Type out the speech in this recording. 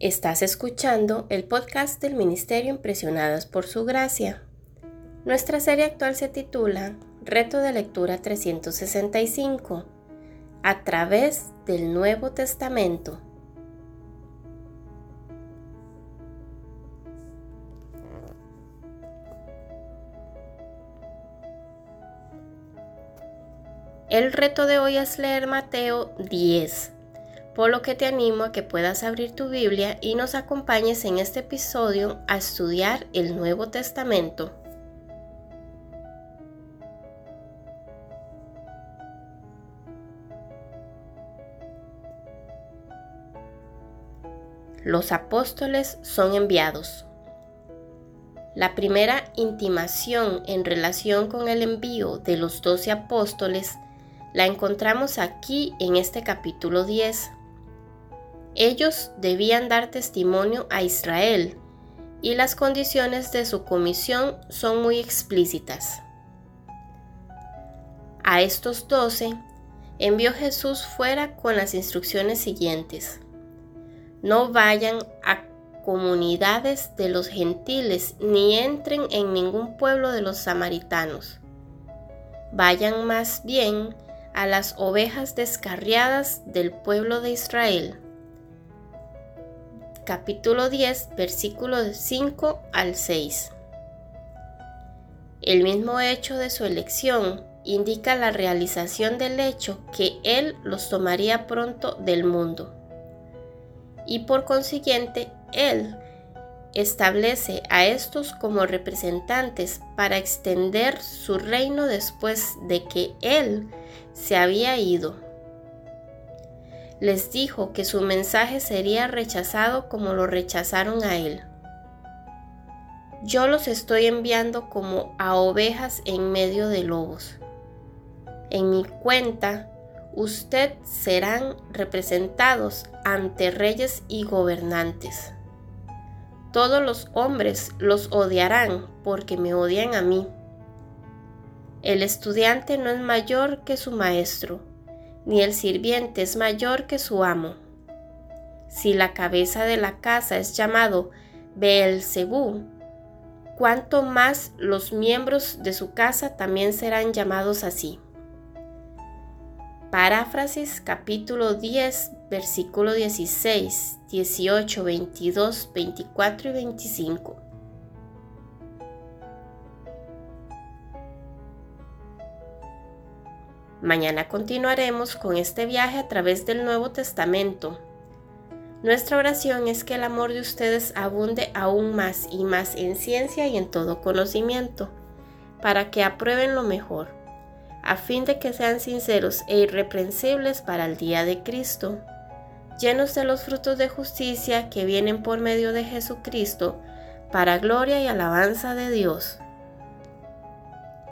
Estás escuchando el podcast del Ministerio Impresionadas por Su Gracia. Nuestra serie actual se titula Reto de Lectura 365, a través del Nuevo Testamento. El reto de hoy es leer Mateo 10. Por lo que te animo a que puedas abrir tu Biblia y nos acompañes en este episodio a estudiar el Nuevo Testamento. Los apóstoles son enviados. La primera intimación en relación con el envío de los 12 apóstoles la encontramos aquí en este capítulo 10. Ellos debían dar testimonio a Israel y las condiciones de su comisión son muy explícitas. A estos 12 envió Jesús fuera con las instrucciones siguientes: no vayan a comunidades de los gentiles ni entren en ningún pueblo de los samaritanos. Vayan más bien a las ovejas descarriadas del pueblo de Israel. Capítulo 10, versículos 5 al 6. El mismo hecho de su elección indica la realización del hecho que Él los tomaría pronto del mundo. Y por consiguiente, Él establece a estos como representantes para extender su reino después de que Él se había ido. Les dijo que su mensaje sería rechazado como lo rechazaron a Él. Yo los estoy enviando como a ovejas en medio de lobos. En mi cuenta, ustedes serán representados ante reyes y gobernantes. Todos los hombres los odiarán porque me odian a mí. El estudiante no es mayor que su maestro, ni el sirviente es mayor que su amo. Si la cabeza de la casa es llamado Beelzebú, cuánto más los miembros de su casa también serán llamados así. Paráfrasis capítulo 10, versículo 16, 18, 22, 24 y 25. Mañana continuaremos con este viaje a través del Nuevo Testamento. Nuestra oración es que el amor de ustedes abunde aún más y más en ciencia y en todo conocimiento, para que aprueben lo mejor, a fin de que sean sinceros e irreprensibles para el día de Cristo, llenos de los frutos de justicia que vienen por medio de Jesucristo, para gloria y alabanza de Dios.